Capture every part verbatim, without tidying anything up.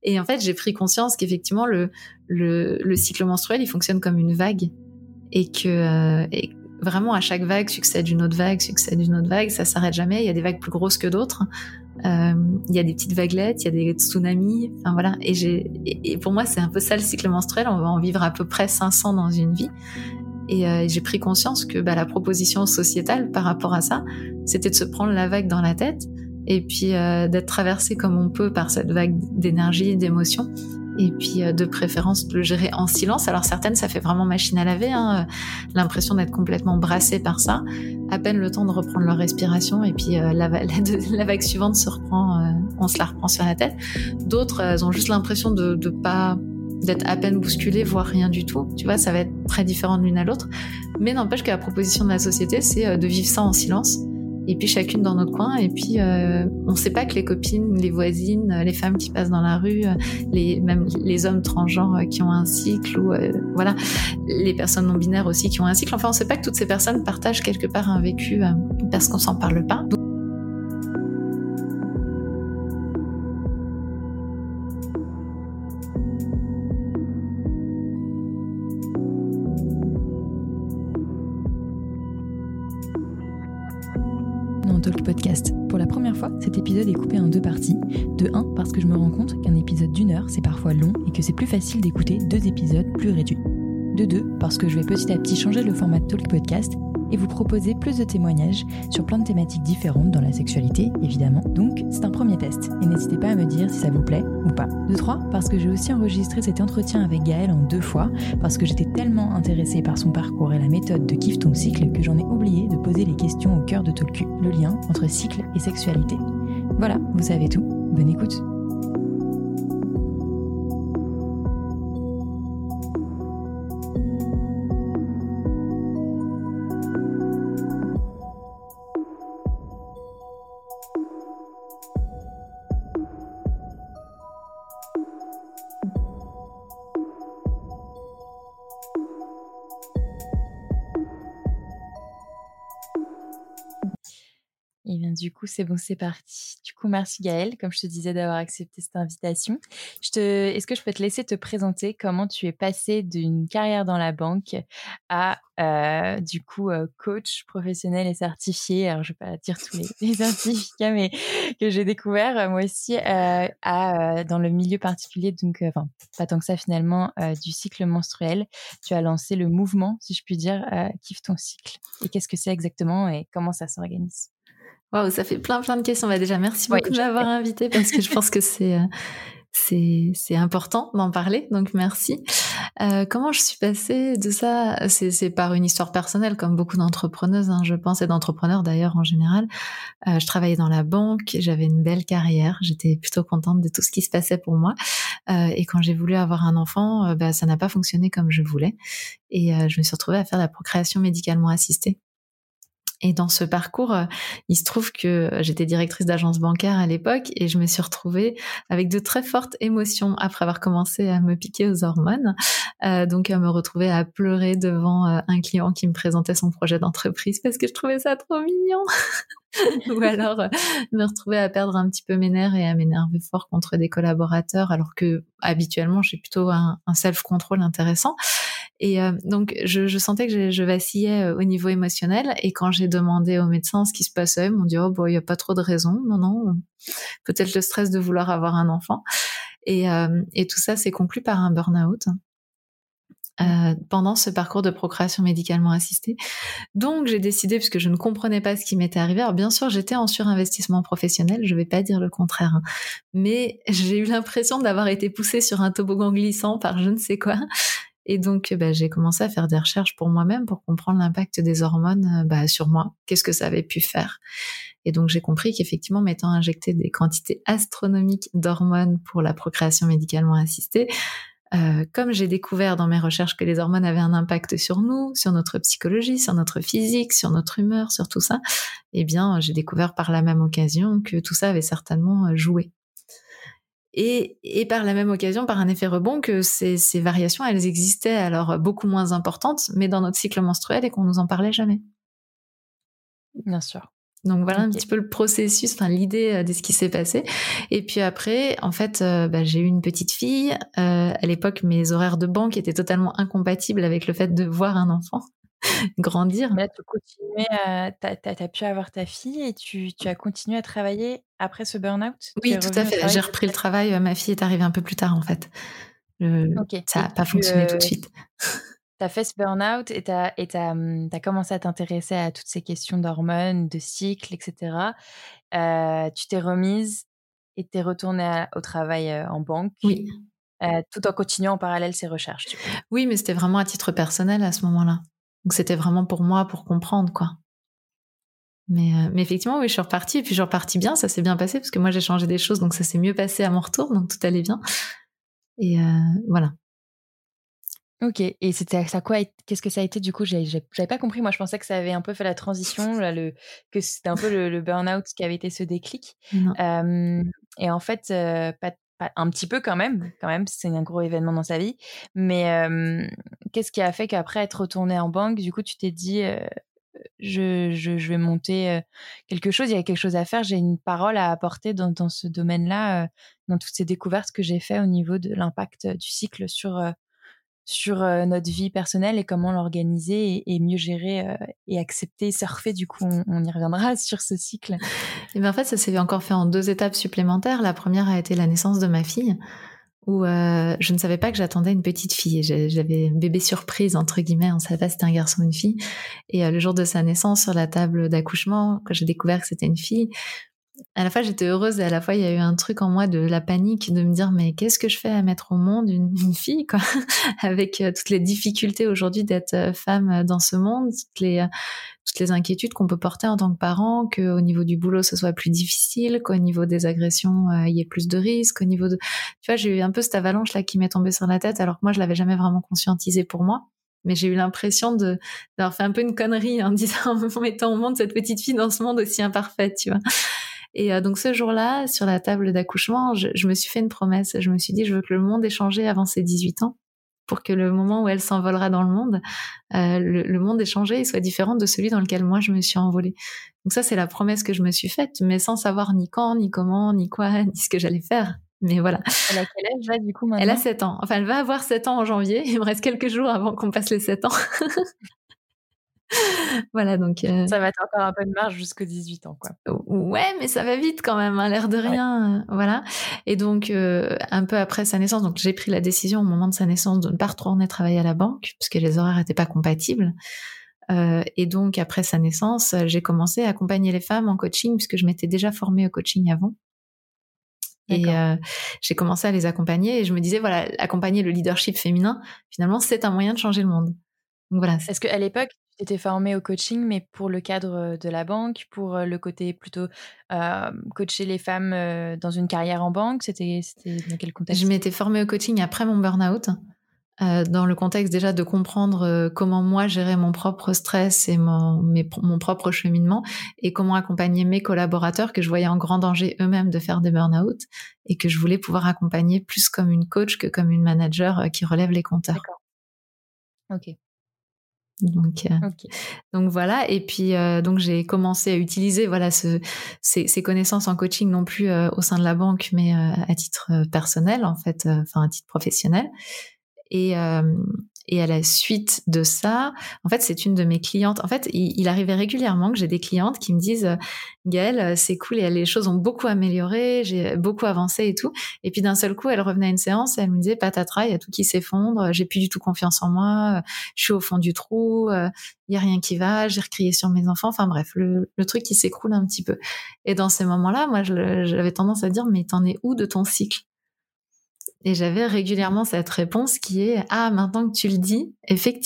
Et en fait, j'ai pris conscience qu'effectivement, le, le, le cycle menstruel, il fonctionne comme une vague. Et que euh, et vraiment, à chaque vague, succède une autre vague, succède une autre vague, ça s'arrête jamais. Il y a des vagues plus grosses que d'autres. Euh, il y a des petites vaguelettes, il y a des tsunamis. Enfin voilà. Et, j'ai, et, et pour moi, c'est un peu ça le cycle menstruel. On va en vivre à peu près cinq cents dans une vie. Et euh, j'ai pris conscience que bah, la proposition sociétale par rapport à ça, c'était de se prendre la vague dans la tête et puis euh, d'être traversé comme on peut par cette vague d'énergie, d'émotions. Et puis euh, de préférence de le gérer en silence. Alors certaines, ça fait vraiment machine à laver, hein, l'impression d'être complètement brassée par ça. À peine le temps de reprendre leur respiration et puis euh, la, la, la vague suivante se reprend, euh, on se la reprend sur la tête. D'autres, elles ont juste l'impression de, de pas... d'être à peine bousculé, voire rien du tout. Tu vois, ça va être très différent de l'une à l'autre. Mais n'empêche que la proposition de la société, c'est de vivre ça en silence. Et puis chacune dans notre coin. Et puis, euh, on sait pas que les copines, les voisines, les femmes qui passent dans la rue, les, même les hommes transgenres qui ont un cycle, ou euh, voilà, les personnes non binaires aussi qui ont un cycle. Enfin, on sait pas que toutes ces personnes partagent quelque part un vécu euh, parce qu'on s'en parle pas. Donc, Talk Podcast. Pour la première fois, cet épisode est coupé en deux parties. De un, parce que je me rends compte qu'un épisode d'une heure, c'est parfois long et que c'est plus facile d'écouter deux épisodes plus réduits. De deux, parce que je vais petit à petit changer le format de Talk Podcast et vous proposer plus de témoignages sur plein de thématiques différentes dans la sexualité, évidemment. Donc, c'est un premier test et n'hésitez pas à me dire si ça vous plaît ou pas. De trois, parce que j'ai aussi enregistré cet entretien avec Gaëlle en deux fois, parce que j'étais tellement intéressée par son parcours et la méthode de Kiffe ton cycle que j'en ai oublié de poser les questions au cœur de Talku, le lien entre cycle et sexualité. Voilà, vous savez tout. Bonne écoute. Et bien du coup, c'est bon, c'est parti. Du coup, merci Gaëlle, comme je te disais, d'avoir accepté cette invitation. Je te... Est-ce que je peux te laisser te présenter comment tu es passée d'une carrière dans la banque à, euh, du coup, euh, coach professionnel et certifié, alors je ne vais pas dire tous les, les certificats, mais que j'ai découvert euh, moi aussi, euh, à, euh, dans le milieu particulier, donc, enfin, euh, pas tant que ça finalement, euh, du cycle menstruel. Tu as lancé le mouvement, si je puis dire, euh, Kiffe ton cycle. Et qu'est-ce que c'est exactement et comment ça s'organise ? Waouh, ça fait plein plein de questions. Bah déjà, merci beaucoup ouais, de m'avoir invitée parce que je pense que c'est euh, c'est c'est important d'en parler. Donc merci. Euh, comment je suis passée de ça ? C'est c'est par une histoire personnelle, comme beaucoup d'entrepreneuses, hein, je pense, et d'entrepreneurs d'ailleurs en général. Euh, je travaillais dans la banque, j'avais une belle carrière, j'étais plutôt contente de tout ce qui se passait pour moi. Euh, et quand j'ai voulu avoir un enfant, euh, bah ça n'a pas fonctionné comme je voulais. Et euh, je me suis retrouvée à faire la procréation médicalement assistée. Et dans ce parcours, il se trouve que j'étais directrice d'agence bancaire à l'époque et je me suis retrouvée avec de très fortes émotions après avoir commencé à me piquer aux hormones. Euh, donc à me retrouver à pleurer devant un client qui me présentait son projet d'entreprise parce que je trouvais ça trop mignon. Ou alors euh, me retrouver à perdre un petit peu mes nerfs et à m'énerver fort contre des collaborateurs alors que habituellement j'ai plutôt un, un self-control intéressant. Et euh, donc je, je sentais que je, je vacillais au niveau émotionnel et quand j'ai demandé aux médecins ce qui se passait, ils m'ont dit oh bon il y a pas trop de raisons, non non, peut-être le stress de vouloir avoir un enfant. Et, euh, et tout ça s'est conclu par un burn-out. Euh, pendant ce parcours de procréation médicalement assistée. Donc j'ai décidé, puisque je ne comprenais pas ce qui m'était arrivé, alors bien sûr j'étais en surinvestissement professionnel, je vais pas dire le contraire, hein, mais j'ai eu l'impression d'avoir été poussée sur un toboggan glissant par je ne sais quoi, et donc bah, j'ai commencé à faire des recherches pour moi-même pour comprendre l'impact des hormones bah, sur moi, qu'est-ce que ça avait pu faire. Et donc j'ai compris qu'effectivement m'étant injecté des quantités astronomiques d'hormones pour la procréation médicalement assistée, Euh, comme j'ai découvert dans mes recherches que les hormones avaient un impact sur nous, sur notre psychologie, sur notre physique, sur notre humeur, sur tout ça, eh bien, j'ai découvert par la même occasion que tout ça avait certainement joué. Et, et par la même occasion, par un effet rebond, que ces, ces variations, elles existaient alors beaucoup moins importantes, mais dans notre cycle menstruel et qu'on nous en parlait jamais. Bien sûr. Donc voilà okay. un petit peu le processus, enfin l'idée de ce qui s'est passé. Et puis après, en fait, euh, bah, j'ai eu une petite fille. Euh, à l'époque, mes horaires de banque étaient totalement incompatibles avec le fait de voir un enfant grandir. Là, tu continuais à... T'as, t'as, t'as pu avoir ta fille et tu, tu as continué à travailler après ce burn-out? Oui, tout à fait. J'ai repris le travail. Ma fille est arrivée un peu plus tard, en fait. Le... Okay. Ça n'a pas tu, fonctionné euh... tout de suite. Tu as fait ce burn-out et tu as hum, commencé à t'intéresser à toutes ces questions d'hormones, de cycles, et cetera. Euh, tu t'es remise et tu es retournée à, au travail euh, en banque. Oui. Euh, tout en continuant en parallèle ces recherches. Tu vois. Oui, mais c'était vraiment à titre personnel à ce moment-là. Donc c'était vraiment pour moi, pour comprendre, quoi. Mais, euh, mais effectivement, oui, je suis repartie. Et puis je suis repartie bien, ça s'est bien passé parce que moi, j'ai changé des choses, donc ça s'est mieux passé à mon retour, donc tout allait bien. Et euh, voilà. Ok, et c'était ça quoi? Qu'est-ce que ça a été du coup? J'avais, j'avais pas compris. Moi, je pensais que ça avait un peu fait la transition, là, le, que c'était un peu le, le burn-out qui avait été ce déclic. Euh, et en fait, euh, pas, pas, un petit peu quand même. Quand même, c'est un gros événement dans sa vie. Mais euh, qu'est-ce qui a fait qu'après être retournée en banque, du coup, tu t'es dit, euh, je, je, je vais monter euh, quelque chose. Il y a quelque chose à faire. J'ai une parole à apporter dans, dans ce domaine-là, euh, dans toutes ces découvertes que j'ai fait au niveau de l'impact du cycle sur euh, sur euh, notre vie personnelle et comment l'organiser et, et mieux gérer euh, et accepter, surfer. Du coup, on, on y reviendra sur ce cycle. Et bien en fait, ça s'est encore fait en deux étapes supplémentaires. La première a été la naissance de ma fille, où euh, je ne savais pas que j'attendais une petite fille. J'avais une bébé surprise, entre guillemets, on ne savait pas si c'était un garçon ou une fille. Et euh, le jour de sa naissance, sur la table d'accouchement, quand j'ai découvert que c'était une fille, à la fois j'étais heureuse et à la fois il y a eu un truc en moi de la panique de me dire mais qu'est-ce que je fais à mettre au monde une, une fille quoi, avec euh, toutes les difficultés aujourd'hui d'être euh, femme dans ce monde, toutes les euh, toutes les inquiétudes qu'on peut porter en tant que parent, qu'au niveau du boulot ce soit plus difficile, qu'au niveau des agressions euh, il y ait plus de risques, au niveau de tu vois j'ai eu un peu cette avalanche là qui m'est tombée sur la tête alors que moi je l'avais jamais vraiment conscientisé pour moi. Mais j'ai eu l'impression de d'avoir fait un peu une connerie en disant en mettant au monde cette petite fille dans ce monde aussi imparfait, tu vois. Et euh, donc ce jour-là, sur la table d'accouchement, je, je me suis fait une promesse. Je me suis dit, je veux que le monde ait changé avant ses dix-huit ans, pour que le moment où elle s'envolera dans le monde, euh, le, le monde ait changé et soit différent de celui dans lequel moi je me suis envolée. Donc ça, c'est la promesse que je me suis faite, mais sans savoir ni quand, ni comment, ni quoi, ni ce que j'allais faire. Mais voilà. Elle a quel âge là du coup maintenant? Elle a sept ans. Enfin, elle va avoir sept ans en janvier. Il me reste quelques jours avant qu'on passe les sept ans. Voilà, donc euh... ça va être encore un peu de marge jusqu'aux dix-huit ans, quoi. Ouais, mais ça va vite quand même, hein, l'air de rien, ouais. Voilà. Et donc euh, un peu après sa naissance, donc j'ai pris la décision au moment de sa naissance de ne pas retourner travailler à la banque puisque les horaires n'étaient pas compatibles. Euh, et donc après sa naissance, j'ai commencé à accompagner les femmes en coaching puisque je m'étais déjà formée au coaching avant. Et euh, j'ai commencé à les accompagner et je me disais voilà, accompagner le leadership féminin, finalement, c'est un moyen de changer le monde. Donc voilà. Est-ce qu'à l'époque, tu étais formée au coaching, mais pour le cadre de la banque, pour le côté plutôt euh, coacher les femmes euh, dans une carrière en banque, c'était, c'était dans quel contexte? Je m'étais formée au coaching après mon burn-out, euh, dans le contexte déjà de comprendre euh, comment moi gérer mon propre stress et mon, mes, mon propre cheminement et comment accompagner mes collaborateurs que je voyais en grand danger eux-mêmes de faire des burn-out et que je voulais pouvoir accompagner plus comme une coach que comme une manager euh, qui relève les compteurs. D'accord. Ok. Donc, euh, okay. donc voilà. Et puis euh, donc j'ai commencé à utiliser voilà ce, ces, ces connaissances en coaching non plus euh, au sein de la banque, mais euh, à titre personnel en fait, enfin euh, à titre professionnel. Et euh, et à la suite de ça, en fait, c'est une de mes clientes. En fait, il, il arrivait régulièrement que j'ai des clientes qui me disent Gaëlle, c'est cool et les choses ont beaucoup amélioré, j'ai beaucoup avancé et tout. Et puis d'un seul coup, elle revenait à une séance et elle me disait patatras, il y a tout qui s'effondre, j'ai plus du tout confiance en moi, je suis au fond du trou, il y a rien qui va, j'ai recrié sur mes enfants. Enfin bref, le, le truc qui s'écroule un petit peu. Et dans ces moments-là, moi, je, j'avais tendance à dire mais t'en es où de ton cycle? Et j'avais régulièrement cette réponse qui est « Ah, maintenant que tu le dis, effectivement ».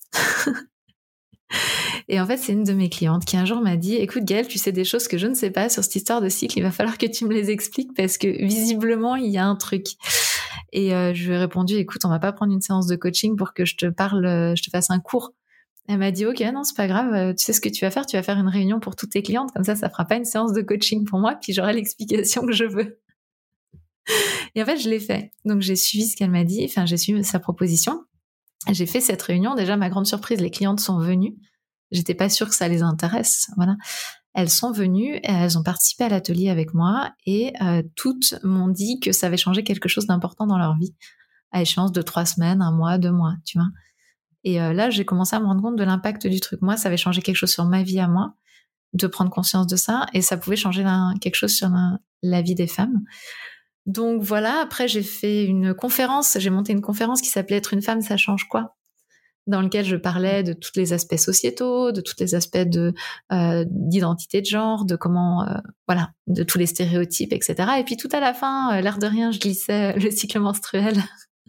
Et en fait, c'est une de mes clientes qui un jour m'a dit « Écoute Gaëlle, tu sais des choses que je ne sais pas sur cette histoire de cycle, il va falloir que tu me les expliques parce que visiblement, il y a un truc. » Et euh, je lui ai répondu « Écoute, on va pas prendre une séance de coaching pour que je te parle, je te fasse un cours. » Elle m'a dit « Ok, non, c'est pas grave, tu sais ce que tu vas faire, tu vas faire une réunion pour toutes tes clientes, comme ça, ça fera pas une séance de coaching pour moi, puis j'aurai l'explication que je veux. » Et en fait, je l'ai fait. Donc, j'ai suivi ce qu'elle m'a dit. Enfin, j'ai suivi sa proposition. J'ai fait cette réunion. Déjà, ma grande surprise, les clientes sont venues. J'étais pas sûre que ça les intéresse. Voilà. elles sont venues, et elles ont participé à l'atelier avec moi et euh, toutes m'ont dit que ça avait changé quelque chose d'important dans leur vie à échéance de trois semaines, un mois, deux mois, tu vois. Et euh, là, j'ai commencé à me rendre compte de l'impact du truc. Moi, ça avait changé quelque chose sur ma vie à moi, de prendre conscience de ça, et ça pouvait changer la, quelque chose sur la, la vie des femmes. Donc voilà, après j'ai fait une conférence, j'ai monté une conférence qui s'appelait « Être une femme, ça change quoi ?» dans lequel je parlais de tous les aspects sociétaux, de tous les aspects de, euh, d'identité de genre, de comment, euh, voilà, de tous les stéréotypes, et cetera. Et puis tout à la fin, euh, l'air de rien, je glissais le cycle menstruel.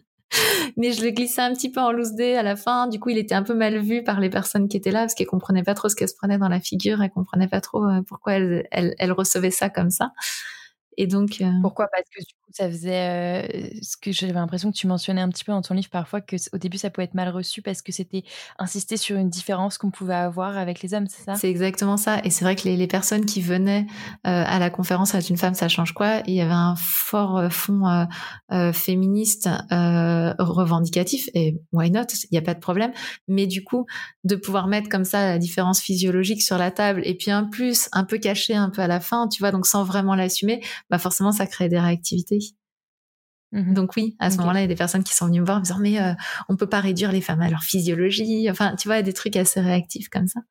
Mais je le glissais un petit peu en loose day à la fin. Du coup, il était un peu mal vu par les personnes qui étaient là parce qu'elles comprenaient pas trop ce qu'elles se prenaient dans la figure. Elles comprenaient pas trop euh, pourquoi elles, elles, elles recevaient ça comme ça. Et donc, euh... pourquoi? Parce que du coup, ça faisait euh, ce que j'avais l'impression que tu mentionnais un petit peu dans ton livre parfois, que au début, ça pouvait être mal reçu parce que c'était insister sur une différence qu'on pouvait avoir avec les hommes, c'est ça? C'est exactement ça. Et c'est vrai que les, les personnes qui venaient euh, à la conférence « Être une femme, ça change quoi ?» il y avait un fort fond euh, euh, féministe euh, revendicatif. Et why not? Il n'y a pas de problème. Mais du coup, de pouvoir mettre comme ça la différence physiologique sur la table et puis un plus, un peu caché, un peu à la fin, tu vois, donc sans vraiment l'assumer, bah forcément, ça crée des réactivités. Mmh. Donc oui, à ce okay. moment-là, il y a des personnes qui sont venues me voir en me disant « Mais euh, on peut pas réduire les femmes à leur physiologie ?» Enfin, tu vois, des trucs assez réactifs comme ça.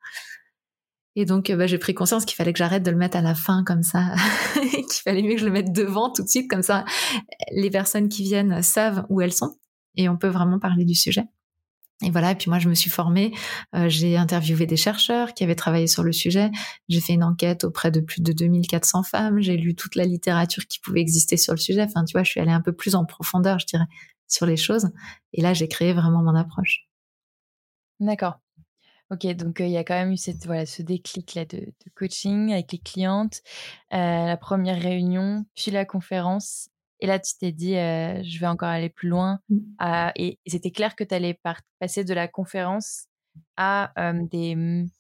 Et donc, bah, j'ai pris conscience qu'il fallait que j'arrête de le mettre à la fin comme ça, qu'il fallait mieux que je le mette devant tout de suite, comme ça, les personnes qui viennent savent où elles sont et on peut vraiment parler du sujet. Et voilà, et puis moi, je me suis formée, euh, j'ai interviewé des chercheurs qui avaient travaillé sur le sujet, j'ai fait une enquête auprès de plus de deux mille quatre cents femmes, j'ai lu toute la littérature qui pouvait exister sur le sujet, enfin, tu vois, je suis allée un peu plus en profondeur, je dirais, sur les choses, et là, j'ai créé vraiment mon approche. D'accord. Ok, donc il euh, y a quand même eu cette, voilà, ce déclic-là de, de coaching avec les clientes, euh, la première réunion, puis la conférence. Et là, tu t'es dit, euh, je vais encore aller plus loin. Mmh. Euh, et, et c'était clair que tu allais par- passer de la conférence à euh, des...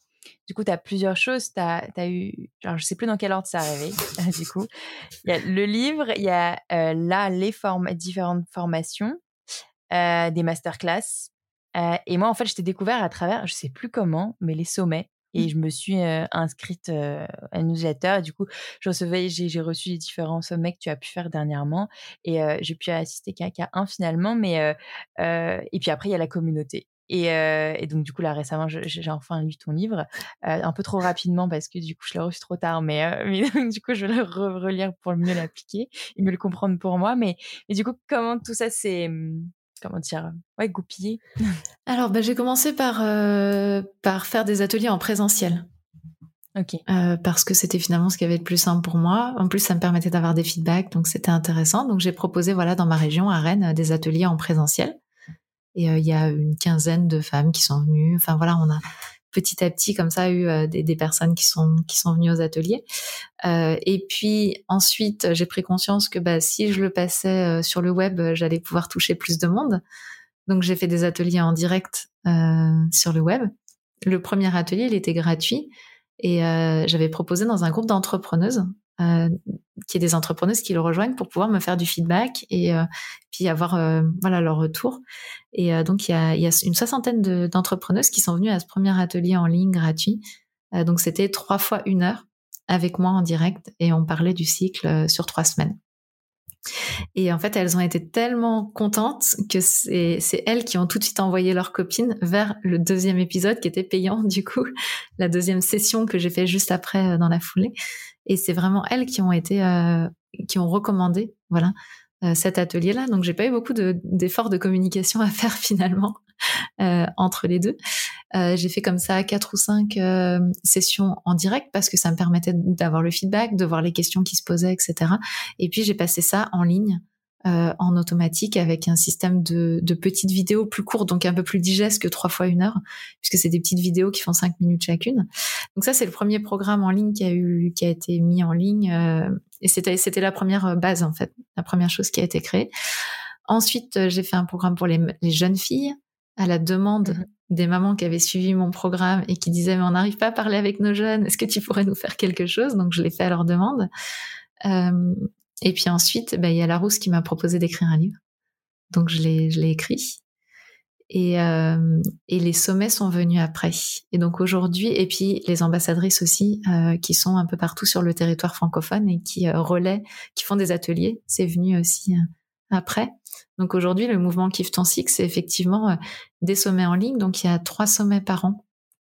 Du coup, tu as plusieurs choses. Tu as eu... Alors, je ne sais plus dans quel ordre ça arrivé, du coup. Il y a le livre, il y a euh, là les form- différentes formations, euh, des masterclass. Euh, et moi, en fait, je t'ai découvert à travers, je sais plus comment, mais les sommets. Et je me suis euh, inscrite euh, à une newsletter. Et du coup, je recevais, j'ai, j'ai reçu les différents sommets que tu as pu faire dernièrement. Et euh, j'ai pu assister qu'à, qu'à un finalement. Mais, euh, euh, et puis après, il y a la communauté. Et, euh, et donc, du coup, là, récemment, je, j'ai enfin lu ton livre. Euh, un peu trop rapidement parce que du coup, je l'ai reçu trop tard. Mais, euh, mais du coup, je vais le re- relire pour mieux l'appliquer et mieux le comprendre pour moi. Mais, mais du coup, comment tout ça s'est... Comment dire, ouais, goupillé. Alors, bah, j'ai commencé par, euh, par faire des ateliers en présentiel. Ok. Euh, parce que c'était finalement ce qui avait le plus simple pour moi. En plus, ça me permettait d'avoir des feedbacks, donc c'était intéressant. Donc, j'ai proposé, voilà, dans ma région, à Rennes, des ateliers en présentiel. Et il euh, y a une quinzaine de femmes qui sont venues. Enfin, voilà, on a petit à petit, comme ça, eu euh, des, des personnes qui sont, qui sont venues aux ateliers. Euh, et puis, ensuite, j'ai pris conscience que bah, si je le passais euh, sur le web, j'allais pouvoir toucher plus de monde. Donc, j'ai fait des ateliers en direct euh, sur le web. Le premier atelier, il était gratuit. Et euh, j'avais proposé dans un groupe d'entrepreneuses, euh, qui est des entrepreneuses qui le rejoignent pour pouvoir me faire du feedback et euh, puis avoir euh, voilà leur retour. Et euh, donc, il y a, il y a une soixantaine de, d'entrepreneuses qui sont venues à ce premier atelier en ligne gratuit. Euh, donc, c'était trois fois une heure avec moi en direct et on parlait du cycle euh, sur trois semaines. Et en fait, elles ont été tellement contentes que c'est, c'est elles qui ont tout de suite envoyé leurs copines vers le deuxième épisode qui était payant, du coup, la deuxième session que j'ai fait juste après euh, dans la foulée. Et c'est vraiment elles qui ont été, euh, qui ont recommandé, voilà, euh, cet atelier-là. Donc, j'ai pas eu beaucoup de, d'efforts de communication à faire finalement euh, entre les deux. Euh, j'ai fait comme ça quatre ou cinq euh, sessions en direct parce que ça me permettait d'avoir le feedback, de voir les questions qui se posaient, et cetera. Et puis j'ai passé ça en ligne, euh, en automatique, avec un système de, de petites vidéos plus courtes, donc un peu plus digestes que trois fois une heure, puisque c'est des petites vidéos qui font cinq minutes chacune. Donc ça, c'est le premier programme en ligne qui a eu, qui a été mis en ligne, euh, et c'était, c'était la première base en fait, la première chose qui a été créée. Ensuite, j'ai fait un programme pour les, les jeunes filles, à la demande mmh. des mamans qui avaient suivi mon programme et qui disaient « mais on n'arrive pas à parler avec nos jeunes, est-ce que tu pourrais nous faire quelque chose ?» Donc, je l'ai fait à leur demande. Euh, et puis ensuite, bah, y a Larousse qui m'a proposé d'écrire un livre. Donc, je l'ai, je l'ai écrit. Et, euh, et les sommets sont venus après. Et donc aujourd'hui, et puis les ambassadrices aussi, euh, qui sont un peu partout sur le territoire francophone et qui euh, relaient, qui font des ateliers, c'est venu aussi euh, après. Donc aujourd'hui, le mouvement Kiffe ton cycle, c'est effectivement euh, des sommets en ligne. Donc il y a trois sommets par an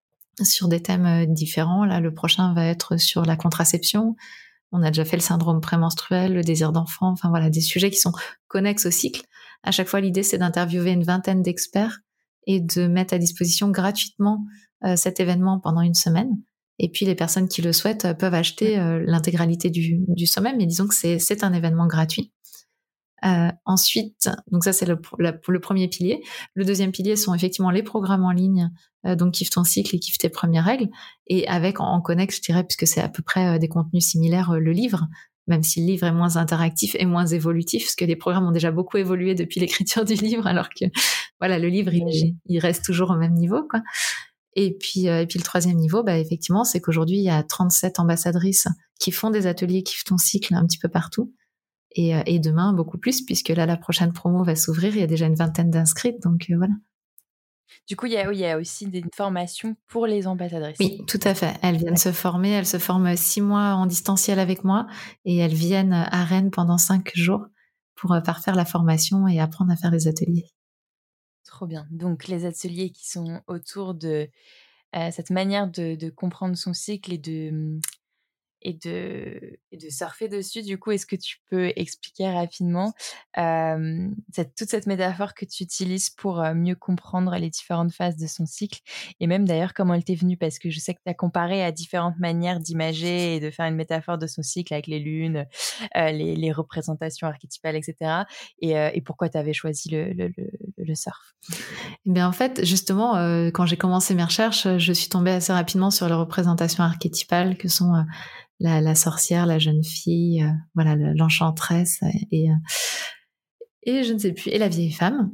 sur des thèmes euh, différents. Là, le prochain va être sur la contraception. On a déjà fait le syndrome prémenstruel, le désir d'enfant, enfin voilà, des sujets qui sont connexes au cycle. À chaque fois, l'idée, c'est d'interviewer une vingtaine d'experts et de mettre à disposition gratuitement euh, cet événement pendant une semaine. Et puis, les personnes qui le souhaitent euh, peuvent acheter euh, l'intégralité du, du sommet, mais disons que c'est, c'est un événement gratuit. Euh, ensuite, donc ça c'est le, la, le premier pilier. Le deuxième pilier sont effectivement les programmes en ligne, euh, donc Kiffe ton cycle et Kiffe tes premières règles, et avec en, en connexe, je dirais, puisque c'est à peu près euh, des contenus similaires, euh, le livre, même si le livre est moins interactif et moins évolutif, parce que les programmes ont déjà beaucoup évolué depuis l'écriture du livre, alors que voilà, le livre il, il reste toujours au même niveau, quoi. Et puis, euh, et puis le troisième niveau, bah effectivement, c'est qu'aujourd'hui il y a trente-sept ambassadrices qui font des ateliers Kiffe ton cycle un petit peu partout. Et, et demain, beaucoup plus, puisque là, la prochaine promo va s'ouvrir. Il y a déjà une vingtaine d'inscrites, donc euh, voilà. Du coup, il y a, oui, il y a aussi des formations pour les ambassadrices. Oui, tout à fait. Elles viennent ouais. se former. Elles se forment six mois en distanciel avec moi et elles viennent à Rennes pendant cinq jours pour parfaire la formation et apprendre à faire les ateliers. Trop bien. Donc, les ateliers qui sont autour de euh, cette manière de, de comprendre son cycle et de... Et de, et de surfer dessus. Du coup, est-ce que tu peux expliquer rapidement euh, cette, toute cette métaphore que tu utilises pour euh, mieux comprendre les différentes phases de son cycle et même d'ailleurs comment elle t'est venue, parce que je sais que tu as comparé à différentes manières d'imager et de faire une métaphore de son cycle avec les lunes, euh, les, les représentations archétypales, et cetera. Et, euh, et pourquoi tu avais choisi le, le, le, le surf? Eh bien, en fait, justement, euh, quand j'ai commencé mes recherches, je suis tombée assez rapidement sur les représentations archétypales que sont euh, La, la sorcière, la jeune fille, euh, voilà, l'enchanteresse et, et je ne sais plus, et la vieille femme.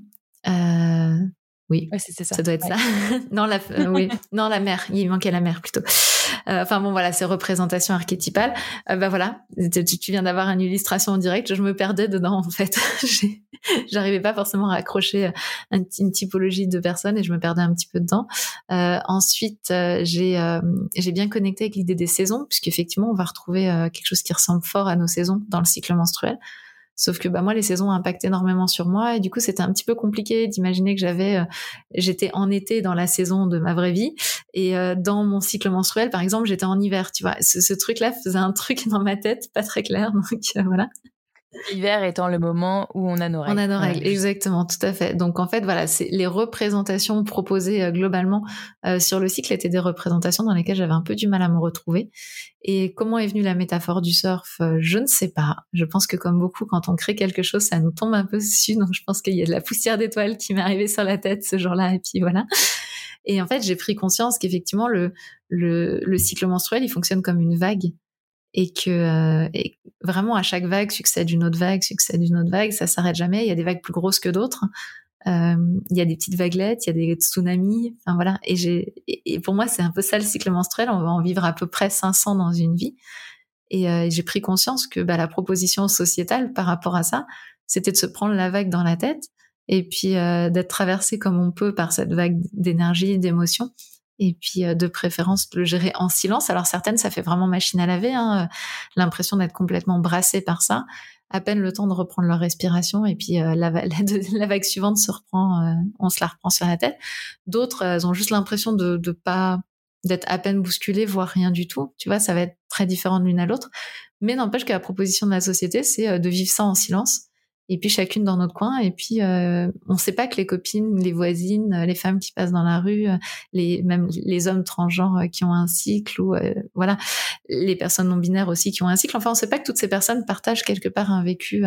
Euh, oui, ouais, c'est, c'est ça. ça doit être ouais. ça. non, la, euh, oui, non, la mère. Il manquait la mère plutôt. Euh, enfin bon, voilà, ces représentations archétypales. Euh, bah voilà, tu, tu viens d'avoir une illustration en direct. Je me perdais dedans en fait. J'arrivais pas forcément à accrocher une, une typologie de personnes et je me perdais un petit peu dedans. Euh, ensuite, euh, j'ai euh, j'ai bien connecté avec l'idée des saisons, puisqu'effectivement, on va retrouver euh, quelque chose qui ressemble fort à nos saisons dans le cycle menstruel. Sauf que bah moi les saisons impactent énormément sur moi et du coup c'était un petit peu compliqué d'imaginer que j'avais euh, j'étais en été dans la saison de ma vraie vie et euh, dans mon cycle menstruel par exemple j'étais en hiver, tu vois. Ce, ce truc là faisait un truc dans ma tête pas très clair, donc euh, voilà. L'hiver étant le moment où on a nos règles. On a nos règles, ouais, exactement, tout à fait. Donc en fait, voilà, c'est les représentations proposées euh, globalement euh, sur le cycle étaient des représentations dans lesquelles j'avais un peu du mal à me retrouver. Et comment est venue la métaphore du surf, euh, je ne sais pas. Je pense que comme beaucoup, quand on crée quelque chose, ça nous tombe un peu dessus. Donc je pense qu'il y a de la poussière d'étoiles qui m'est arrivée sur la tête ce jour-là. Et puis voilà. Et en fait, j'ai pris conscience qu'effectivement, le, le, le cycle menstruel, il fonctionne comme une vague. Et que euh, et vraiment à chaque vague succède une autre vague, succède une autre vague, ça s'arrête jamais. Il y a des vagues plus grosses que d'autres. Euh, il y a des petites vaguelettes, il y a des tsunamis. Enfin voilà. Et j'ai et, et pour moi c'est un peu ça le cycle menstruel. On va en vivre à peu près cinq cents dans une vie. Et euh, j'ai pris conscience que bah, la proposition sociétale par rapport à ça, c'était de se prendre la vague dans la tête et puis euh, d'être traversé comme on peut par cette vague d'énergie, d'émotion. Et puis euh, de préférence de le gérer en silence. Alors certaines, ça fait vraiment machine à laver, hein, l'impression d'être complètement brassée par ça. À peine le temps de reprendre leur respiration et puis euh, la, la, la vague suivante se reprend, euh, on se la reprend sur la tête. D'autres, elles ont juste l'impression de, de pas, d'être à peine bousculées, voire rien du tout. Tu vois, ça va être très différent de l'une à l'autre. Mais n'empêche que la proposition de la société, c'est de vivre ça en silence. Et puis chacune dans notre coin. Et puis euh, on ne sait pas que les copines, les voisines, les femmes qui passent dans la rue, les même les hommes transgenres qui ont un cycle ou euh, voilà, les personnes non binaires aussi qui ont un cycle. Enfin, on ne sait pas que toutes ces personnes partagent quelque part un vécu euh,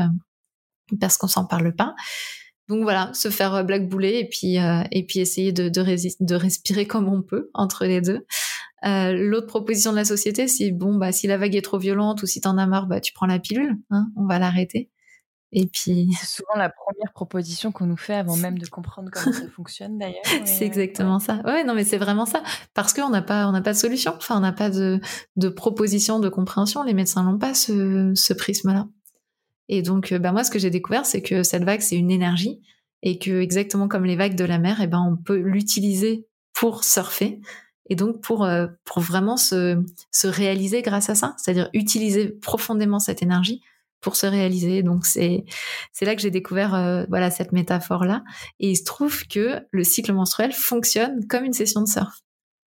parce qu'on s'en parle pas. Donc voilà, se faire blackbouler et puis euh, et puis essayer de de, rési- de respirer comme on peut entre les deux. Euh, l'autre proposition de la société, c'est bon bah si la vague est trop violente ou si t'en as marre, bah tu prends la pilule, hein, on va l'arrêter. Et puis... C'est souvent la première proposition qu'on nous fait avant même de comprendre comment ça fonctionne d'ailleurs. C'est exactement ouais. ça. Ouais, non, mais c'est vraiment ça. Parce qu'on n'a pas, on n'a pas de solution. Enfin, on n'a pas de, de proposition, de compréhension. Les médecins n'ont pas ce, ce prisme-là. Et donc, bah, moi, ce que j'ai découvert, c'est que cette vague, c'est une énergie et que exactement comme les vagues de la mer, eh ben on peut l'utiliser pour surfer et donc pour euh, pour vraiment se se réaliser grâce à ça, c'est-à-dire utiliser profondément cette énergie pour se réaliser. Donc c'est c'est là que j'ai découvert euh, voilà cette métaphore là, et il se trouve que le cycle menstruel fonctionne comme une session de surf.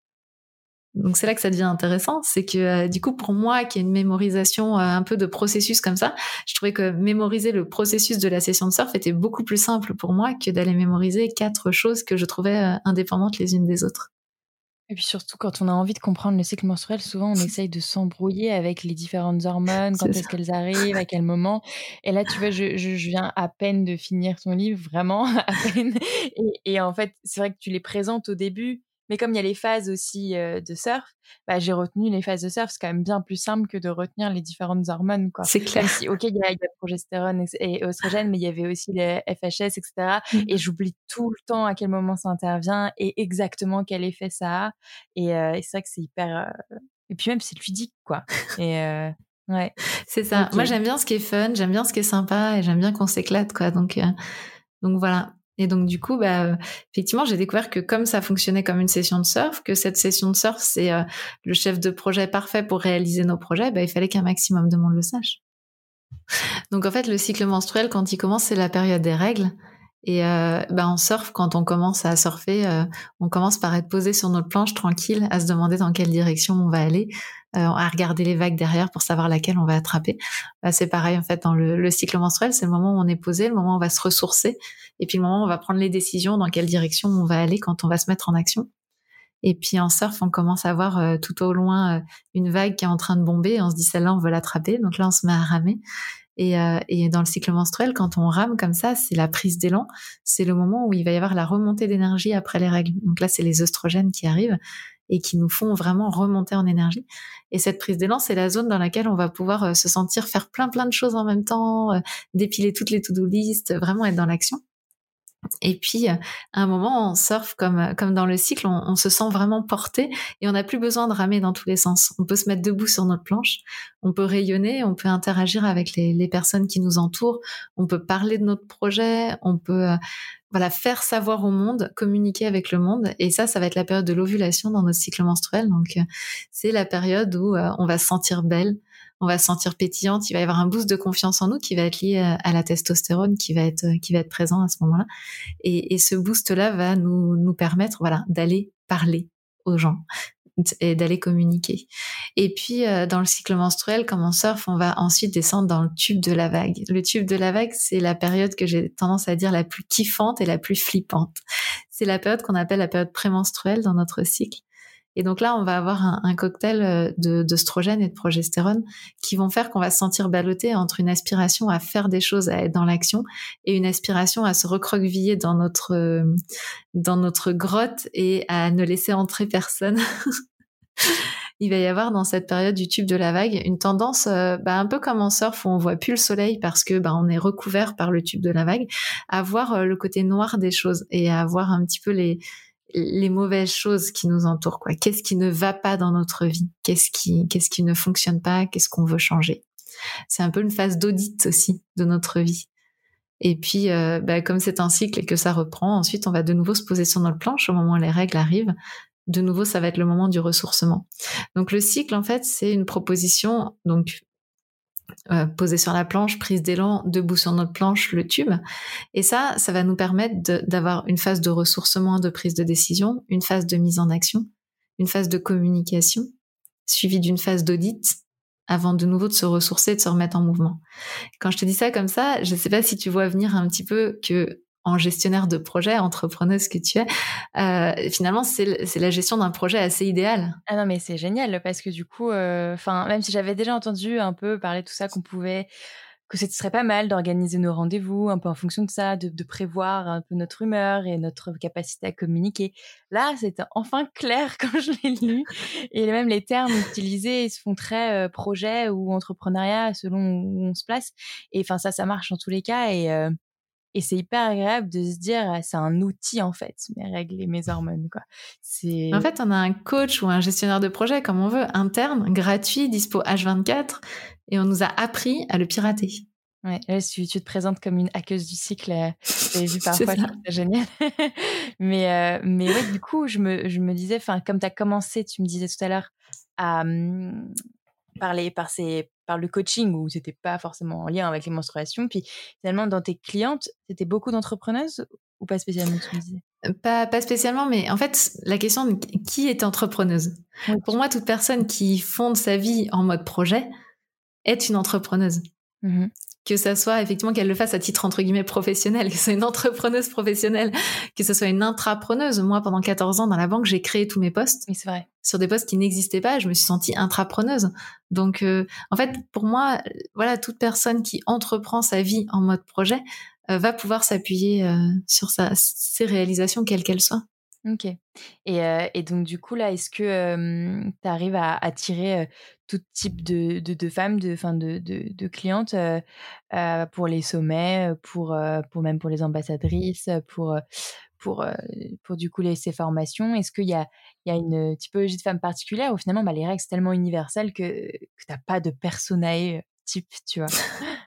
Donc c'est là que ça devient intéressant, c'est que euh, du coup pour moi qui ai une mémorisation euh, un peu de processus comme ça, je trouvais que mémoriser le processus de la session de surf était beaucoup plus simple pour moi que d'aller mémoriser quatre choses que je trouvais euh, indépendantes les unes des autres. Et puis surtout, quand on a envie de comprendre le cycle menstruel, souvent on essaye de s'embrouiller avec les différentes hormones, quand est-ce qu'elles arrivent, à quel moment. Et là, tu vois, je, je, je viens à peine de finir ton livre, vraiment, à peine. Et, et en fait, c'est vrai que tu les présentes au début, mais comme il y a les phases aussi euh, de surf, bah, j'ai retenu les phases de surf. C'est quand même bien plus simple que de retenir les différentes hormones, quoi. C'est clair. Même si, ok, il y a, il y a progestérone et, et oestrogène, mais il y avait aussi les F H S, et cetera. Mm. Et j'oublie tout le temps à quel moment ça intervient et exactement quel effet ça a. Et, euh, et c'est vrai que c'est hyper... Euh... Et puis même, c'est ludique, quoi. Et euh, ouais. C'est ça. Okay. Moi, j'aime bien ce qui est fun, j'aime bien ce qui est sympa et j'aime bien qu'on s'éclate, quoi. Donc, euh, donc voilà. Et donc, du coup, bah, euh, effectivement, j'ai découvert que comme ça fonctionnait comme une session de surf, que cette session de surf, c'est euh, le chef de projet parfait pour réaliser nos projets, bah, il fallait qu'un maximum de monde le sache. Donc, en fait, le cycle menstruel, quand il commence, c'est la période des règles. Et euh, bah, en surf, quand on commence à surfer, euh, on commence par être posé sur notre planche tranquille, à se demander dans quelle direction on va aller, euh, à regarder les vagues derrière pour savoir laquelle on va attraper. Bah, c'est pareil en fait dans le, le cycle menstruel, c'est le moment où on est posé, le moment où on va se ressourcer, et puis le moment où on va prendre les décisions dans quelle direction on va aller quand on va se mettre en action. Et puis en surf, on commence à voir euh, tout au loin euh, une vague qui est en train de bomber, et on se dit celle-là on veut l'attraper, donc là on se met à ramer. Et, euh, et dans le cycle menstruel, quand on rame comme ça, c'est la prise d'élan. C'est le moment où il va y avoir la remontée d'énergie après les règles. Donc là, c'est les œstrogènes qui arrivent et qui nous font vraiment remonter en énergie. Et cette prise d'élan, c'est la zone dans laquelle on va pouvoir euh, se sentir faire plein plein de choses en même temps, euh, dépiler toutes les to-do list, vraiment être dans l'action. Et puis, à un moment, on surfe comme, comme dans le cycle, on, on se sent vraiment porté et on n'a plus besoin de ramer dans tous les sens. On peut se mettre debout sur notre planche, on peut rayonner, on peut interagir avec les, les personnes qui nous entourent, on peut parler de notre projet, on peut euh, voilà, faire savoir au monde, communiquer avec le monde. Et ça, ça va être la période de l'ovulation dans notre cycle menstruel. Donc, euh, c'est la période où euh, on va se sentir belle, on va se sentir pétillante, il va y avoir un boost de confiance en nous qui va être lié à la testostérone qui va être, qui va être présent à ce moment-là. Et, et ce boost-là va nous, nous permettre, voilà, d'aller parler aux gens et d'aller communiquer. Et puis, euh, dans le cycle menstruel, comme on surfe, on va ensuite descendre dans le tube de la vague. Le tube de la vague, c'est la période que j'ai tendance à dire la plus kiffante et la plus flippante. C'est la période qu'on appelle la période prémenstruelle dans notre cycle. Et donc là, on va avoir un, un cocktail de, d'œstrogène et de progestérone qui vont faire qu'on va se sentir ballotté entre une aspiration à faire des choses, à être dans l'action, et une aspiration à se recroqueviller dans notre, dans notre grotte et à ne laisser entrer personne. Il va y avoir dans cette période du tube de la vague une tendance, euh, bah, un peu comme en surf où on voit plus le soleil parce que bah, on est recouvert par le tube de la vague, à voir euh, le côté noir des choses et à voir un petit peu les les mauvaises choses qui nous entourent, quoi. Qu'est-ce qui ne va pas dans notre vie? Qu'est-ce qui, qu'est-ce qui ne fonctionne pas? Qu'est-ce qu'on veut changer? C'est un peu une phase d'audit aussi de notre vie. Et puis, euh, bah, comme c'est un cycle et que ça reprend, ensuite, on va de nouveau se poser sur notre planche au moment où les règles arrivent. De nouveau, ça va être le moment du ressourcement. Donc, le cycle, en fait, c'est une proposition, donc, Euh, posé sur la planche, prise d'élan, debout sur notre planche, le tube. Et ça, ça va nous permettre de, d'avoir une phase de ressourcement, de prise de décision, une phase de mise en action, une phase de communication, suivie d'une phase d'audit, avant de nouveau de se ressourcer, de se remettre en mouvement. Quand je te dis ça comme ça, je ne sais pas si tu vois venir un petit peu que en gestionnaire de projet, entrepreneuse que tu es, euh, finalement, c'est, c'est la gestion d'un projet assez idéal. Ah non, mais c'est génial parce que du coup, enfin, euh, même si j'avais déjà entendu un peu parler de tout ça, qu'on pouvait, que ce serait pas mal d'organiser nos rendez-vous un peu en fonction de ça, de, de prévoir un peu notre humeur et notre capacité à communiquer. Là, c'était enfin clair quand je l'ai lu et même les termes utilisés ils se font très euh, projet ou entrepreneuriat selon où on se place. Et enfin, ça, ça marche en tous les cas et euh, Et c'est hyper agréable de se dire, c'est un outil en fait, mes règles et mes hormones, quoi. C'est... En fait, on a un coach ou un gestionnaire de projet, comme on veut, interne, gratuit, dispo H vingt-quatre, et on nous a appris à le pirater. Ouais, là, tu, tu te présentes comme une hackeuse du cycle. Euh, j'avais vu parfois, je trouve ça génial. mais, euh, mais ouais, du coup, je me, je me disais, enfin, comme tu as commencé, tu me disais tout à l'heure, à hum, parler par, ces, par le coaching, où c'était pas forcément en lien avec les menstruations. Puis finalement, dans tes clientes, c'était beaucoup d'entrepreneuses ou pas spécialement, tu me disais? Pas, pas spécialement, mais en fait, la question de qui est entrepreneuse. Oui. Pour moi, toute personne qui fonde sa vie en mode projet est une entrepreneuse. Mm-hmm. Que ça soit effectivement qu'elle le fasse à titre entre guillemets professionnel, que ce soit une entrepreneuse professionnelle, que ce soit une intrapreneuse. Moi, pendant quatorze ans dans la banque, j'ai créé tous mes postes. Oui, c'est vrai. Sur des postes qui n'existaient pas, je me suis sentie intrapreneuse. Donc, euh, en fait, pour moi, voilà, toute personne qui entreprend sa vie en mode projet euh, va pouvoir s'appuyer euh, sur sa, ses réalisations, quelles qu'elles soient. Ok. Et, euh, et donc, du coup, là, est-ce que euh, tu arrives à attirer euh, tout type de, de, de femmes, de, de, de, de clientes euh, euh, pour les sommets, pour, euh, pour même pour les ambassadrices, pour, pour, euh, pour du coup les, ces formations? Est-ce qu'il y a, il y a une typologie de femmes particulière ou finalement, bah, les règles, c'est tellement universel que, que tu n'as pas de personae type, tu vois?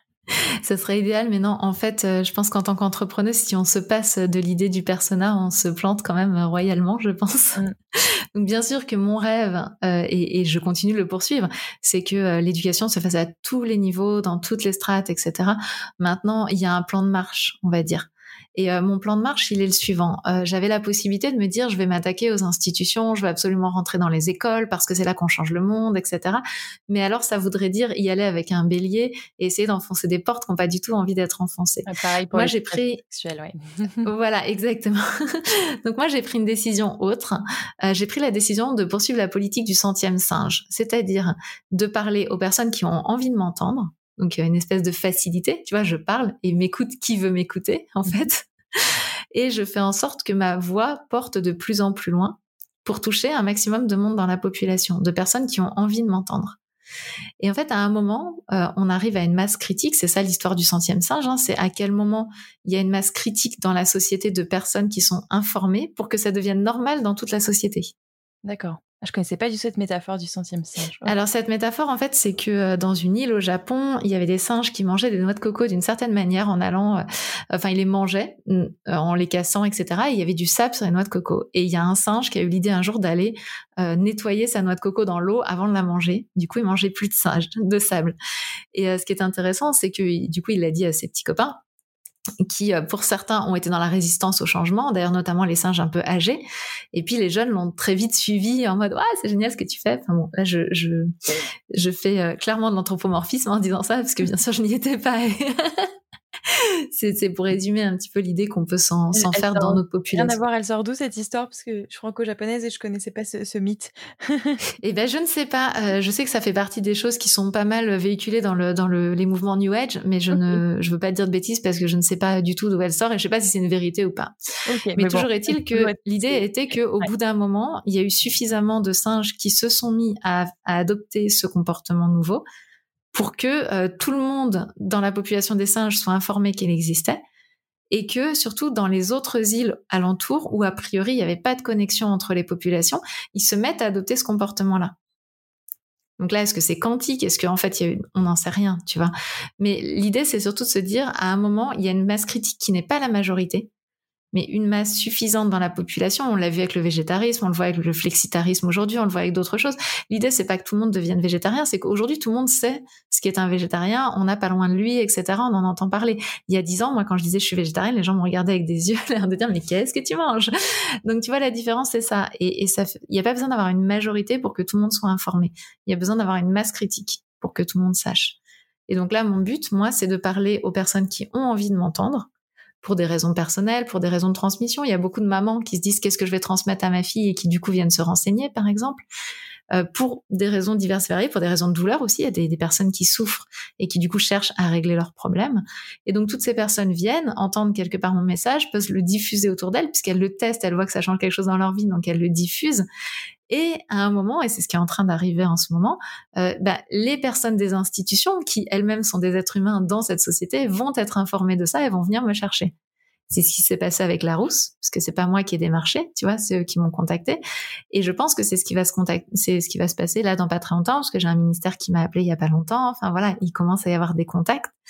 Ça serait idéal, mais non, en fait, euh, je pense qu'en tant qu'entrepreneuse, si on se passe de l'idée du persona, on se plante quand même royalement, je pense. Mm. Donc bien sûr que mon rêve, euh, et, et je continue de le poursuivre, c'est que euh, l'éducation se fasse à tous les niveaux, dans toutes les strates, et cetera. Maintenant, il y a un plan de marche, on va dire. Et euh, mon plan de marche, il est le suivant. Euh, j'avais la possibilité de me dire, je vais m'attaquer aux institutions, je vais absolument rentrer dans les écoles parce que c'est là qu'on change le monde, et cetera. Mais alors, ça voudrait dire y aller avec un bélier et essayer d'enfoncer des portes qui n'ont pas du tout envie d'être enfoncées. Ah, pareil pour moi, les j'ai pris. Sexuels, ouais. Voilà, exactement. Donc moi, j'ai pris une décision autre. Euh, j'ai pris la décision de poursuivre la politique du centième singe, c'est-à-dire de parler aux personnes qui ont envie de m'entendre. Donc, il y a une espèce de facilité, tu vois, je parle et m'écoute qui veut m'écouter, en fait. Et je fais en sorte que ma voix porte de plus en plus loin pour toucher un maximum de monde dans la population, de personnes qui ont envie de m'entendre. Et en fait, à un moment, euh, on arrive à une masse critique, c'est ça l'histoire du centième singe, hein, c'est à quel moment il y a une masse critique dans la société de personnes qui sont informées pour que ça devienne normal dans toute la société. D'accord. Je connaissais pas du tout cette métaphore du centième singe. Oh. Alors cette métaphore, en fait, c'est que dans une île au Japon, il y avait des singes qui mangeaient des noix de coco d'une certaine manière en allant, euh, enfin ils les mangeaient euh, en les cassant, et cetera. Et il y avait du sable sur les noix de coco. Et il y a un singe qui a eu l'idée un jour d'aller euh, nettoyer sa noix de coco dans l'eau avant de la manger. Du coup, il mangeait plus de singe, de sable. Et euh, ce qui est intéressant, c'est que du coup, il l'a dit à ses petits copains, qui, pour certains, ont été dans la résistance au changement, d'ailleurs notamment les singes un peu âgés, et puis les jeunes l'ont très vite suivi en mode « Ah, c'est génial ce que tu fais !» Enfin bon, là, je, je, je fais euh, clairement de l'anthropomorphisme en disant ça, parce que bien sûr, je n'y étais pas. c'est, c'est pour résumer un petit peu l'idée qu'on peut s'en, s'en faire dans notre population. Rien à voir, elle sort d'où cette histoire? Parce que je suis franco-japonaise et je connaissais pas ce, ce mythe. Eh ben, je ne sais pas. Euh, je sais que ça fait partie des choses qui sont pas mal véhiculées dans le dans le les mouvements New Age, mais je okay. ne je veux pas dire de bêtises parce que je ne sais pas du tout d'où elle sort et je sais pas si c'est une vérité ou pas. Okay, mais, mais toujours bon, est-il que être... l'idée était que au ouais. bout d'un moment, il y a eu suffisamment de singes qui se sont mis à, à adopter ce comportement nouveau pour que euh, tout le monde dans la population des singes soit informé qu'il existait. Et que, surtout, dans les autres îles alentours, où a priori, il n'y avait pas de connexion entre les populations, ils se mettent à adopter ce comportement-là. Donc là, est-ce que c'est quantique? Est-ce qu'en fait, il y a eu... on n'en sait rien, tu vois. Mais l'idée, c'est surtout de se dire, à un moment, il y a une masse critique qui n'est pas la majorité, mais une masse suffisante dans la population. On l'a vu avec le végétarisme, on le voit avec le flexitarisme aujourd'hui, on le voit avec d'autres choses. L'idée, c'est pas que tout le monde devienne végétarien, c'est qu'aujourd'hui, tout le monde sait ce qu'est un végétarien, on n'a pas loin de lui, et cetera. On en entend parler. Il y a dix ans, moi, quand je disais je suis végétarienne, les gens me regardaient avec des yeux, l'air de dire mais qu'est-ce que tu manges? Donc, tu vois, la différence, c'est ça. Et, et ça, il n'y a pas besoin d'avoir une majorité pour que tout le monde soit informé. Il y a besoin d'avoir une masse critique pour que tout le monde sache. Et donc là, mon but, moi, c'est de parler aux personnes qui ont envie de m'entendre, pour des raisons personnelles, pour des raisons de transmission. Il y a beaucoup de mamans qui se disent qu'est-ce que je vais transmettre à ma fille et qui du coup viennent se renseigner, par exemple, euh, pour des raisons diverses et variées, pour des raisons de douleur aussi. Il y a des, des personnes qui souffrent et qui du coup cherchent à régler leurs problèmes. Et donc toutes ces personnes viennent, entendent quelque part mon message, peuvent le diffuser autour d'elles puisqu'elles le testent, elles voient que ça change quelque chose dans leur vie, donc elles le diffusent. Et à un moment, et c'est ce qui est en train d'arriver en ce moment, euh, bah, les personnes des institutions, qui elles-mêmes sont des êtres humains dans cette société, vont être informées de ça et vont venir me chercher. C'est ce qui s'est passé avec Larousse, parce que c'est pas moi qui ai démarché, tu vois, c'est eux qui m'ont contacté. Et je pense que c'est ce qui va se contacter, c'est ce qui va se passer là dans pas très longtemps, parce que j'ai un ministère qui m'a appelé il y a pas longtemps. Enfin voilà, il commence à y avoir des contacts.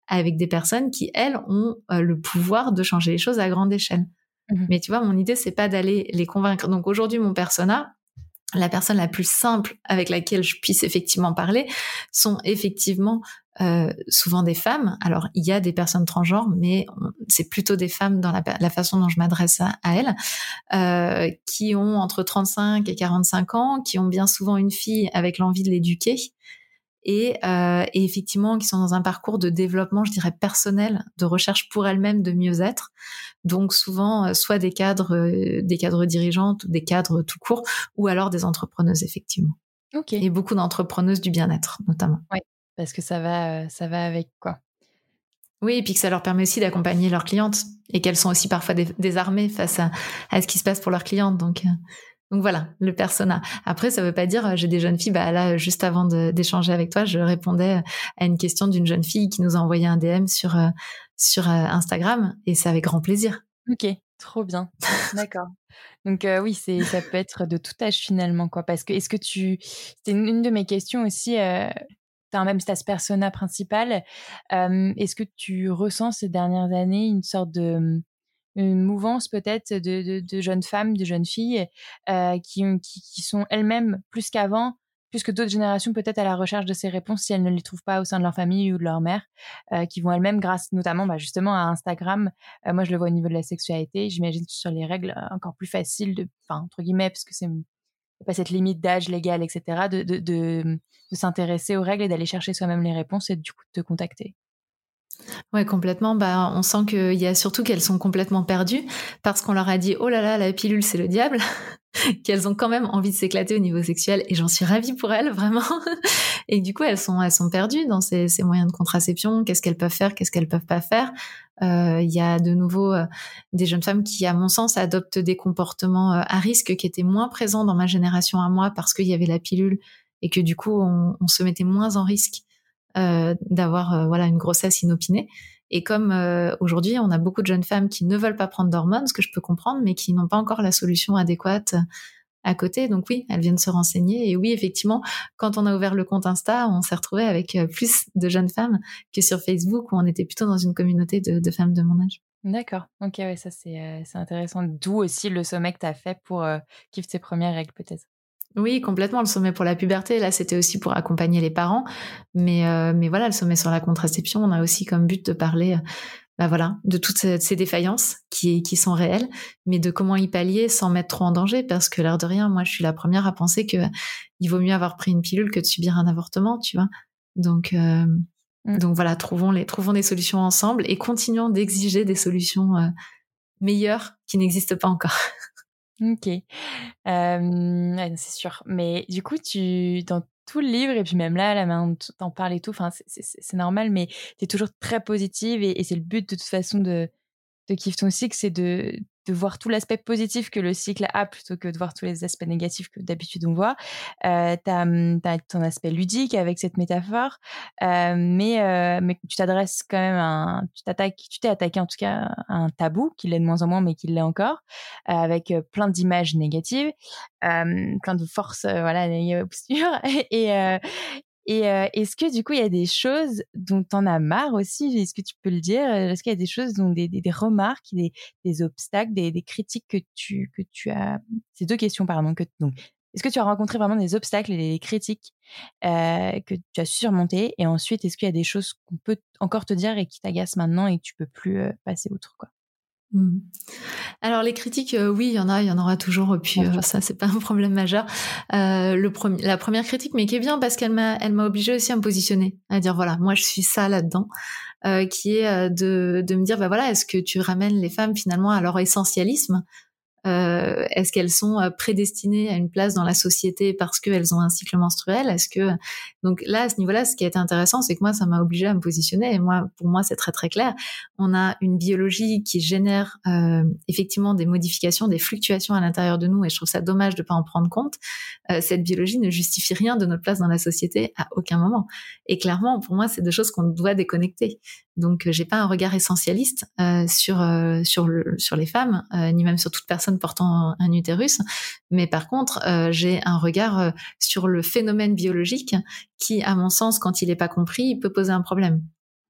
avec des personnes qui, elles, ont euh, le pouvoir de changer les choses à grande échelle. Mmh. Mais tu vois, mon idée, c'est pas d'aller les convaincre. Donc aujourd'hui, mon persona, la personne la plus simple avec laquelle je puisse effectivement parler, sont effectivement euh, souvent des femmes. Alors, il y a des personnes transgenres, mais on, c'est plutôt des femmes dans la, la façon dont je m'adresse à, à elles, euh, qui ont entre trente-cinq et quarante-cinq ans, qui ont bien souvent une fille avec l'envie de l'éduquer, et, euh, et effectivement qui sont dans un parcours de développement, je dirais, personnel, de recherche pour elles-mêmes de mieux-être. Donc souvent, euh, soit des cadres, euh, des cadres dirigeantes, ou des cadres tout court, ou alors des entrepreneuses, effectivement. Ok. Et beaucoup d'entrepreneuses du bien-être, notamment. Oui, parce que ça va, ça va avec, quoi. Oui, et puis que ça leur permet aussi d'accompagner leurs clientes, et qu'elles sont aussi parfois dé- désarmées face à, à ce qui se passe pour leurs clientes. Donc... Euh, Donc voilà, le persona. Après, ça veut pas dire, j'ai des jeunes filles, bah là, juste avant de, d'échanger avec toi, je répondais à une question d'une jeune fille qui nous a envoyé un D M sur, euh, sur euh, Instagram, et c'est avec grand plaisir. Ok, trop bien. D'accord. Donc euh, oui, c'est, ça peut être de tout âge finalement, quoi. Parce que est-ce que tu... C'était une, une de mes questions aussi, euh, t'as même si t'as ce persona principal, euh, est-ce que tu ressens ces dernières années une sorte de... une mouvance peut-être de, de, de jeunes femmes, de jeunes filles euh, qui, qui, qui sont elles-mêmes plus qu'avant, plus que d'autres générations peut-être à la recherche de ces réponses si elles ne les trouvent pas au sein de leur famille ou de leur mère, euh, qui vont elles-mêmes grâce notamment bah, justement à Instagram. Euh, moi je le vois au niveau de la sexualité, j'imagine que sur les règles encore plus faciles, de, enfin entre guillemets, parce que c'est pas cette limite d'âge légal, et cetera, de, de, de, de s'intéresser aux règles et d'aller chercher soi-même les réponses et du coup de te contacter. Ouais, complètement. Bah, on sent qu'il y a surtout qu'elles sont complètement perdues parce qu'on leur a dit, oh là là, la pilule, c'est le diable, qu'elles ont quand même envie de s'éclater au niveau sexuel, et j'en suis ravie pour elles, vraiment. Et du coup, elles sont, elles sont perdues dans ces, ces moyens de contraception. Qu'est-ce qu'elles peuvent faire, qu'est-ce qu'elles peuvent pas faire. Euh, il y a de nouveau euh, des jeunes femmes qui, à mon sens, adoptent des comportements euh, à risque qui étaient moins présents dans ma génération à moi parce qu'il y avait la pilule, et que du coup, on, on se mettait moins en risque Euh, d'avoir euh, voilà une grossesse inopinée. Et comme euh, aujourd'hui on a beaucoup de jeunes femmes qui ne veulent pas prendre d'hormones, ce que je peux comprendre, mais qui n'ont pas encore la solution adéquate à côté, donc oui, elles viennent se renseigner. Et oui, effectivement, quand on a ouvert le compte Insta, on s'est retrouvé avec plus de jeunes femmes que sur Facebook, où on était plutôt dans une communauté de, de femmes de mon âge. D'accord, ok, ouais, ça c'est, euh, c'est intéressant, d'où aussi le sommet que tu as fait pour euh, vivre tes premières règles peut-être. Oui, complètement. Le sommet pour la puberté, là, c'était aussi pour accompagner les parents. Mais, euh, mais voilà, le sommet sur la contraception, on a aussi comme but de parler, bah voilà, de toutes ces, ces défaillances qui, qui sont réelles, mais de comment y pallier sans mettre trop en danger. Parce que l'air de rien, moi, je suis la première à penser que il vaut mieux avoir pris une pilule que de subir un avortement, tu vois. Donc, euh, mm. donc voilà, trouvons les, trouvons des solutions ensemble et continuons d'exiger des solutions euh, meilleures qui n'existent pas encore. Ok, euh, ouais, c'est sûr. Mais du coup, tu dans tout le livre, et puis même là, la main t'en parles et tout, enfin, c'est, c'est, c'est normal, mais tu es toujours très positive, et, et c'est le but de toute façon de, de Kiffe ton cycle, c'est de, de voir tout l'aspect positif que le cycle a plutôt que de voir tous les aspects négatifs que d'habitude on voit. Euh, t'as, t'as ton aspect ludique avec cette métaphore, euh, mais, euh, mais tu t'adresses quand même à un, tu t'attaques, tu t'es attaqué en tout cas à un tabou qui l'est de moins en moins, mais qui l'est encore, euh, avec plein d'images négatives, euh, plein de forces, euh, voilà, obscures, et, euh, Et euh, est-ce que du coup, il y a des choses dont tu en as marre aussi? Est-ce que tu peux le dire? Est-ce qu'il y a des choses, dont des, des, des remarques, des, des obstacles, des, des critiques que tu, que tu as... Ces deux questions, pardon. Que, donc, est-ce que tu as rencontré vraiment des obstacles et des critiques euh, que tu as surmontées? Et ensuite, est-ce qu'il y a des choses qu'on peut encore te dire et qui t'agacent maintenant et que tu peux plus euh, passer outre, quoi? Mmh. Alors les critiques, euh, oui, il y en a, il y en aura toujours, et puis euh, ça c'est pas un problème majeur. Euh, le premier, la première critique, mais qui est bien parce qu'elle m'a, elle m'a obligée aussi à me positionner, à dire voilà, moi je suis ça là-dedans, euh, qui est euh, de de me dire bah voilà, est-ce que tu ramènes les femmes finalement à leur essentialisme? Euh, est-ce qu'elles sont prédestinées à une place dans la société parce qu'elles ont un cycle menstruel? Est-ce que donc là à ce niveau-là, ce qui a été intéressant, c'est que moi ça m'a obligée à me positionner. Et moi, pour moi, c'est très très clair. On a une biologie qui génère euh, effectivement des modifications, des fluctuations à l'intérieur de nous, et je trouve ça dommage de pas en prendre compte. Euh, cette biologie ne justifie rien de notre place dans la société à aucun moment. Et clairement, pour moi, c'est deux choses qu'on doit déconnecter. Donc, j'ai pas un regard essentialiste euh, sur euh, sur le sur les femmes, euh, ni même sur toute personne portant un utérus, mais par contre, euh, j'ai un regard euh, sur le phénomène biologique qui, à mon sens, quand il est pas compris, il peut poser un problème.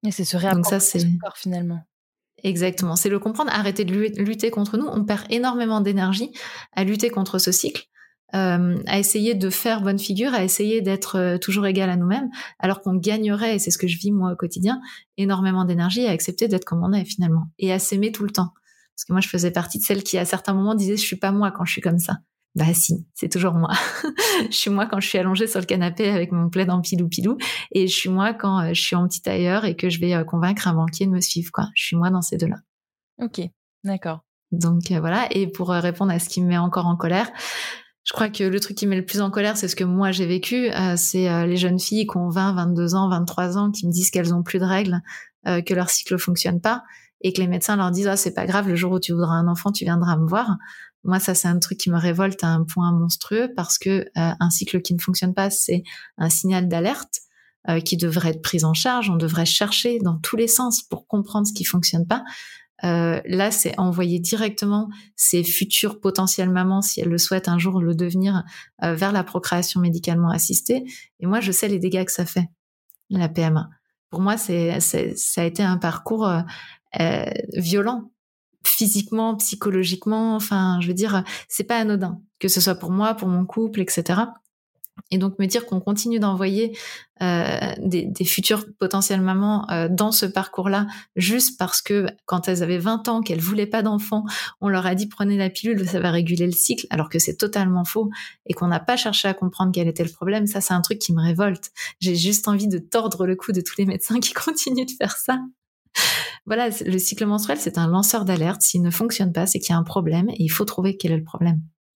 Et c'est se Donc ça, réapproprier c'est... son corps finalement. Exactement, c'est le comprendre, arrêter de lutter contre nous. On perd énormément d'énergie à lutter contre ce cycle, euh, à essayer de faire bonne figure, à essayer d'être euh, toujours égal à nous-mêmes, alors qu'on gagnerait, et c'est ce que je vis moi au quotidien, énormément d'énergie à accepter d'être comme on est finalement, et à s'aimer tout le temps. Parce que moi, je faisais partie de celles qui, à certains moments, disaient « je suis pas moi quand je suis comme ça ». Bah si, c'est toujours moi. Je suis moi quand je suis allongée sur le canapé avec mon plaid en pilou-pilou, et je suis moi quand euh, je suis en petit tailleur et que je vais euh, convaincre un banquier de me suivre, quoi. Je suis moi dans ces deux-là. Ok, d'accord. Donc euh, voilà, et pour euh, répondre à ce qui me met encore en colère, je crois que le truc qui me met le plus en colère, c'est ce que moi j'ai vécu, euh, c'est euh, les jeunes filles qui ont vingt, vingt-deux ans, vingt-trois ans, qui me disent qu'elles ont plus de règles, euh, que leur cycle fonctionne pas, et que les médecins leur disent « ah, c'est pas grave, le jour où tu voudras un enfant, tu viendras me voir ». Moi, ça, c'est un truc qui me révolte à un point monstrueux, parce que euh, un cycle qui ne fonctionne pas, c'est un signal d'alerte euh, qui devrait être pris en charge. On devrait chercher dans tous les sens pour comprendre ce qui fonctionne pas. Euh, là, c'est envoyer directement ces futures potentielles mamans, si elles le souhaitent un jour le devenir, euh, vers la procréation médicalement assistée. Et moi, je sais les dégâts que ça fait, la P M A. Pour moi, c'est, c'est, ça a été un parcours euh, euh, violent. Physiquement, psychologiquement, enfin, je veux dire, c'est pas anodin, que ce soit pour moi, pour mon couple, et cetera. Et donc, me dire qu'on continue d'envoyer euh, des, des futures potentielles mamans euh, dans ce parcours-là, juste parce que quand elles avaient vingt ans, qu'elles voulaient pas d'enfants, on leur a dit prenez la pilule, ça va réguler le cycle, alors que c'est totalement faux, et qu'on n'a pas cherché à comprendre quel était le problème. Ça, c'est un truc qui me révolte. J'ai juste envie de tordre le cou de tous les médecins qui continuent de faire ça. Voilà, le cycle menstruel, c'est un lanceur d'alerte. S'il ne fonctionne pas, c'est qu'il y a un problème et il faut trouver quel est le problème.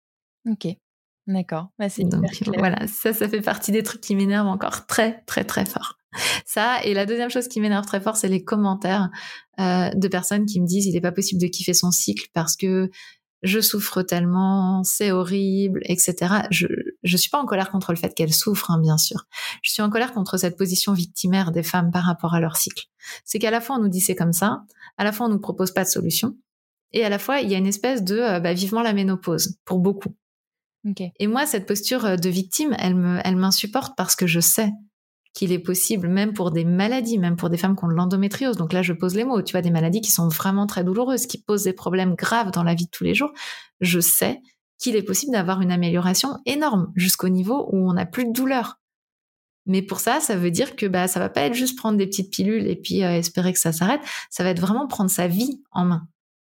Ok, d'accord. Bah, c'est Donc hyper clair. voilà, ça, ça fait partie des trucs qui m'énervent encore très, très, très fort. Ça, et la deuxième chose qui m'énerve très fort, c'est les commentaires euh, de personnes qui me disent « il n'est pas possible de kiffer son cycle parce que je souffre tellement, c'est horrible, et cetera » Je je suis pas en colère contre le fait qu'elles souffrent, hein, bien sûr. Je suis en colère contre cette position victimaire des femmes par rapport à leur cycle. C'est qu'à la fois on nous dit c'est comme ça, à la fois on nous propose pas de solution, et à la fois il y a une espèce de euh, bah, vivement la ménopause pour beaucoup. Okay. Et moi, cette posture de victime, elle me, elle m'insupporte parce que je sais qu'il est possible, même pour des maladies, même pour des femmes qui ont de l'endométriose. Donc là, je pose les mots, tu vois, des maladies qui sont vraiment très douloureuses, qui posent des problèmes graves dans la vie de tous les jours. Je sais qu'il est possible d'avoir une amélioration énorme jusqu'au niveau où on n'a plus de douleur. Mais pour ça, ça veut dire que bah, ça va pas être juste prendre des petites pilules et puis euh, espérer que ça s'arrête. Ça va être vraiment prendre sa vie en main.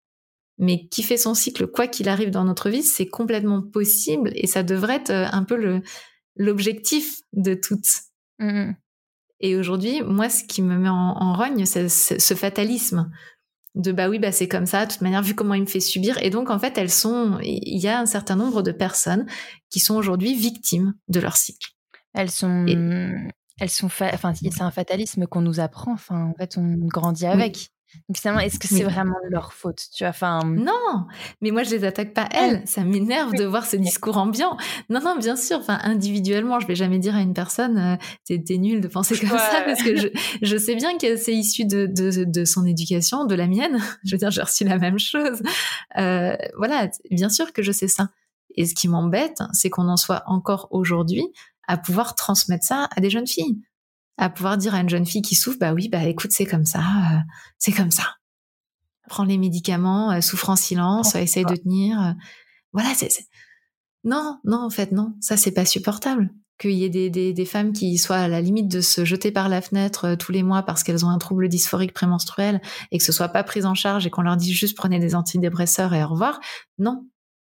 Mais kiffer son cycle, quoi qu'il arrive dans notre vie, c'est complètement possible et ça devrait être un peu le, l'objectif de toutes. Mmh. Et aujourd'hui, moi, ce qui me met en, en rogne, c'est, c'est ce fatalisme de bah oui, bah c'est comme ça, de toute manière, vu comment il me fait subir. Et donc, en fait, elles sont, il y a un certain nombre de personnes qui sont aujourd'hui victimes de leur cycle. Elles sont, et... elles sont, fa... enfin, c'est un fatalisme qu'on nous apprend. Enfin, en fait, on grandit avec. Oui. Donc finalement, est-ce que c'est oui. vraiment leur faute, tu vois, enfin... Non, mais moi je les attaque pas elles. Ça m'énerve oui. de voir ce discours ambiant. Non, non, bien sûr. Enfin, individuellement, je vais jamais dire à une personne euh, t'es, t'es nul de penser comme ouais. ça parce que je, je sais bien que c'est issu de, de, de son éducation, de la mienne. Je veux dire, j'ai reçu la même chose. Euh, voilà, bien sûr que je sais ça. Et ce qui m'embête, c'est qu'on en soit encore aujourd'hui à pouvoir transmettre ça à des jeunes filles. À pouvoir dire à une jeune fille qui souffre, bah oui, bah écoute, c'est comme ça, euh, c'est comme ça. Prends les médicaments, euh, souffre en silence, euh, essaye de tenir. Euh, voilà, c'est, c'est... Non, non, en fait, non. Ça, c'est pas supportable. Qu'il y ait des, des, des femmes qui soient à la limite de se jeter par la fenêtre euh, tous les mois parce qu'elles ont un trouble dysphorique prémenstruel et que ce soit pas pris en charge et qu'on leur dise juste prenez des antidépresseurs et au revoir. Non.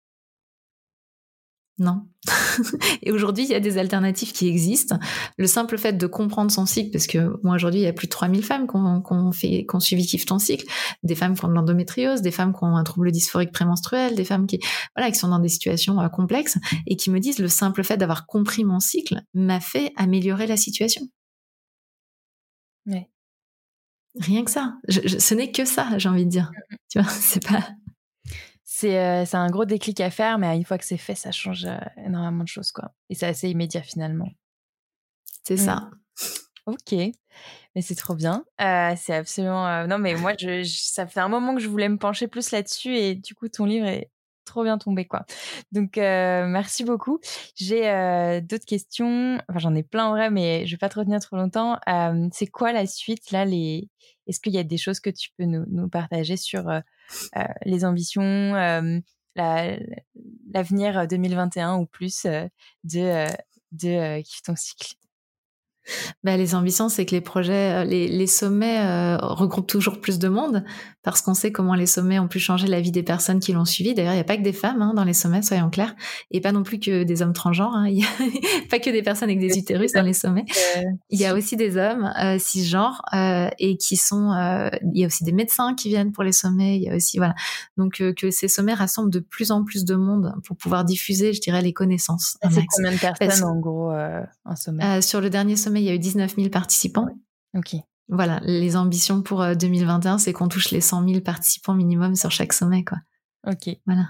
Non. Et aujourd'hui, il y a des alternatives qui existent. Le simple fait de comprendre son cycle, parce que moi aujourd'hui, il y a plus de trois mille femmes qui ont, qui ont, fait, qui ont suivi Kiffe ton cycle, des femmes qui ont de l'endométriose, des femmes qui ont un trouble dysphorique prémenstruel, des femmes qui, voilà, qui sont dans des situations euh, complexes et qui me disent le simple fait d'avoir compris mon cycle m'a fait améliorer la situation. Ouais. Rien que ça. Je, je, ce n'est que ça, j'ai envie de dire. Mm-hmm. Tu vois, c'est pas... C'est, euh, c'est un gros déclic à faire, mais une fois que c'est fait, ça change euh, énormément de choses, quoi. Et c'est assez immédiat, finalement. C'est mmh. ça. Ok. Mais c'est trop bien. Euh, c'est absolument... Euh... Non, mais moi, je, je, ça fait un moment que je voulais me pencher plus là-dessus, et du coup, ton livre est trop bien tombé, quoi. Donc, euh, merci beaucoup. J'ai euh, d'autres questions. Enfin, j'en ai plein en vrai, mais je vais pas te retenir trop longtemps. Euh, c'est quoi la suite, là, les... Est-ce qu'il y a des choses que tu peux nous, nous partager sur euh, euh, les ambitions, euh, la, l'avenir deux mille vingt et un ou plus euh, de, euh, de euh, Kiffe ton cycle? Bah, les ambitions, c'est que les projets, les, les sommets euh, regroupent toujours plus de monde parce qu'on sait comment les sommets ont pu changer la vie des personnes qui l'ont suivi. D'ailleurs, il n'y a pas que des femmes hein, dans les sommets, soyons clairs, et pas non plus que des hommes transgenres. Hein. Il n'y a pas que des personnes avec des utérus dans les sommets. Euh, il y a aussi des hommes euh, cisgenres euh, et qui sont. Euh, il y a aussi des médecins qui viennent pour les sommets. Il y a aussi voilà. Donc euh, que ces sommets rassemblent de plus en plus de monde pour pouvoir diffuser, je dirais, les connaissances. C'est max. Combien de personnes Parce, en gros euh, un sommet euh, Sur le dernier sommet, il y a eu dix-neuf mille participants. Ok. Voilà, les ambitions pour deux mille vingt et un, c'est qu'on touche les cent mille participants minimum sur chaque sommet, quoi. Ok. Voilà.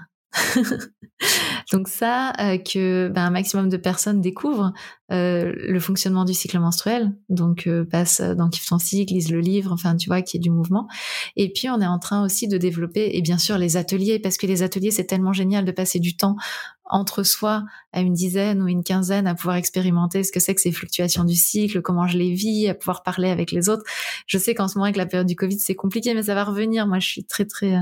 Donc ça, euh, que ben, un maximum de personnes découvrent euh, le fonctionnement du cycle menstruel, donc euh, passe dans Kiffe ton cycle, lise le livre, enfin tu vois, qu'il y ait du mouvement. Et puis on est en train aussi de développer, et bien sûr les ateliers, parce que les ateliers c'est tellement génial de passer du temps entre soi à une dizaine ou une quinzaine à pouvoir expérimenter ce que c'est que ces fluctuations du cycle, comment je les vis, à pouvoir parler avec les autres. Je sais qu'en ce moment avec la période du Covid c'est compliqué, mais ça va revenir. Moi je suis très très...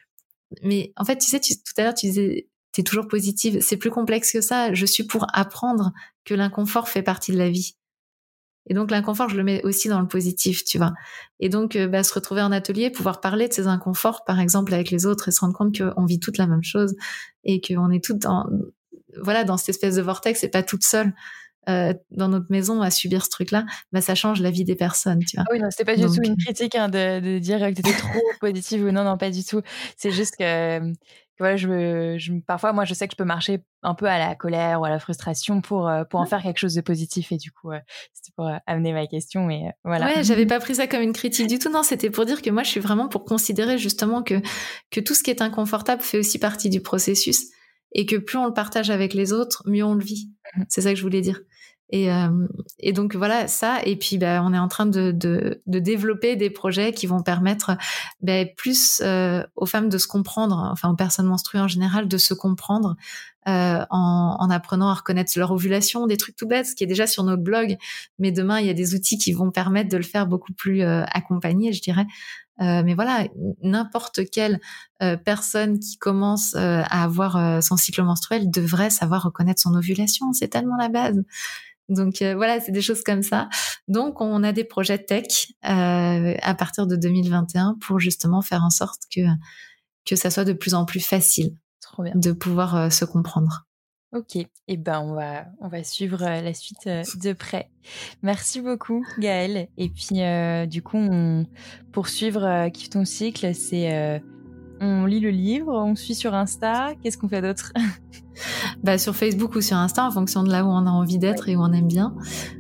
Mais en fait tu sais, tu, tout à l'heure tu disais t'es toujours positive. C'est plus complexe que ça. Je suis pour apprendre que l'inconfort fait partie de la vie. Et donc, l'inconfort, je le mets aussi dans le positif, tu vois. Et donc, euh, bah, se retrouver en atelier, pouvoir parler de ces inconforts, par exemple, avec les autres et se rendre compte qu'on vit toutes la même chose et qu'on est toutes dans, voilà, dans cette espèce de vortex et pas toutes seules. Euh, dans notre maison à subir ce truc-là, bah, ça change la vie des personnes, tu vois. Ah oui, non, c'était pas du Donc... tout une critique hein, de, de dire que t'étais trop positive ou non, non, pas du tout. C'est juste que, que voilà, je, me, je parfois, moi, je sais que je peux marcher un peu à la colère ou à la frustration pour pour en faire quelque chose de positif et du coup, euh, c'était pour euh, amener ma question, mais euh, voilà. Ouais, j'avais pas pris ça comme une critique du tout. Non, c'était pour dire que moi, je suis vraiment pour considérer justement que que tout ce qui est inconfortable fait aussi partie du processus. Et que plus on le partage avec les autres, mieux on le vit. Mmh. C'est ça que je voulais dire. Et, euh, et donc voilà ça. Et puis bah, on est en train de, de, de développer des projets qui vont permettre bah, plus euh, aux femmes de se comprendre, enfin aux personnes menstruées en général, de se comprendre euh, en, en apprenant à reconnaître leur ovulation, des trucs tout bêtes, ce qui est déjà sur notre blog. Mais demain, il y a des outils qui vont permettre de le faire beaucoup plus euh, accompagné, je dirais. Euh, mais voilà, n'importe quelle euh, personne qui commence euh, à avoir euh, son cycle menstruel devrait savoir reconnaître son ovulation. C'est tellement la base. Donc euh, voilà, c'est des choses comme ça. Donc on a des projets tech euh, à partir de deux mille vingt et un pour justement faire en sorte que que ça soit de plus en plus facile Trop bien. de pouvoir euh, se comprendre. Ok, et eh ben on va on va suivre euh, la suite euh, de près. Merci beaucoup Gaëlle. Et puis euh, du coup on pour suivre euh, Kiffe ton cycle, c'est euh, on lit le livre, on suit sur Insta. Qu'est-ce qu'on fait d'autre? Bah sur Facebook ou sur Insta en fonction de là où on a envie d'être ouais. et où on aime bien.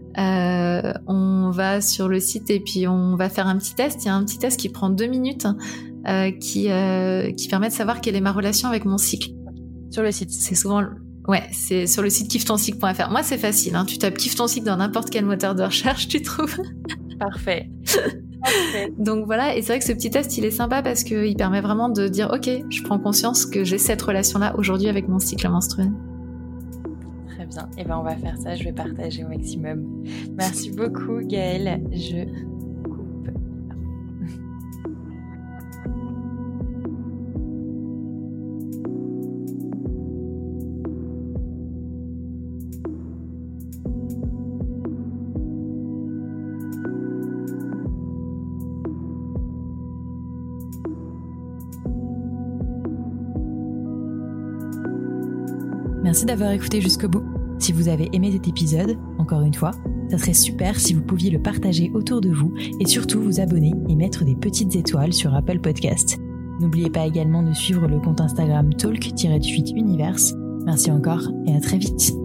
Euh, on va sur le site et puis on va faire un petit test. Il y a un petit test qui prend deux minutes euh, qui euh, qui permet de savoir quelle est ma relation avec mon cycle. Sur le site. C'est souvent Ouais, c'est sur le site kiffe ton cycle point f r. Moi, c'est facile. Hein. Tu tapes Kiffe ton cycle dans n'importe quel moteur de recherche, tu trouves. Parfait. Parfait. Donc voilà, et c'est vrai que ce petit test, il est sympa parce qu'il permet vraiment de dire « Ok, je prends conscience que j'ai cette relation-là aujourd'hui avec mon cycle menstruel. » Très bien. Et ben on va faire ça. Je vais partager au maximum. Merci beaucoup, Gaëlle. Je coupe. Merci d'avoir écouté jusqu'au bout. Si vous avez aimé cet épisode, encore une fois, ça serait super si vous pouviez le partager autour de vous et surtout vous abonner et mettre des petites étoiles sur Apple Podcast. N'oubliez pas également de suivre le compte Instagram talk tiret du huit univers. Merci encore et à très vite.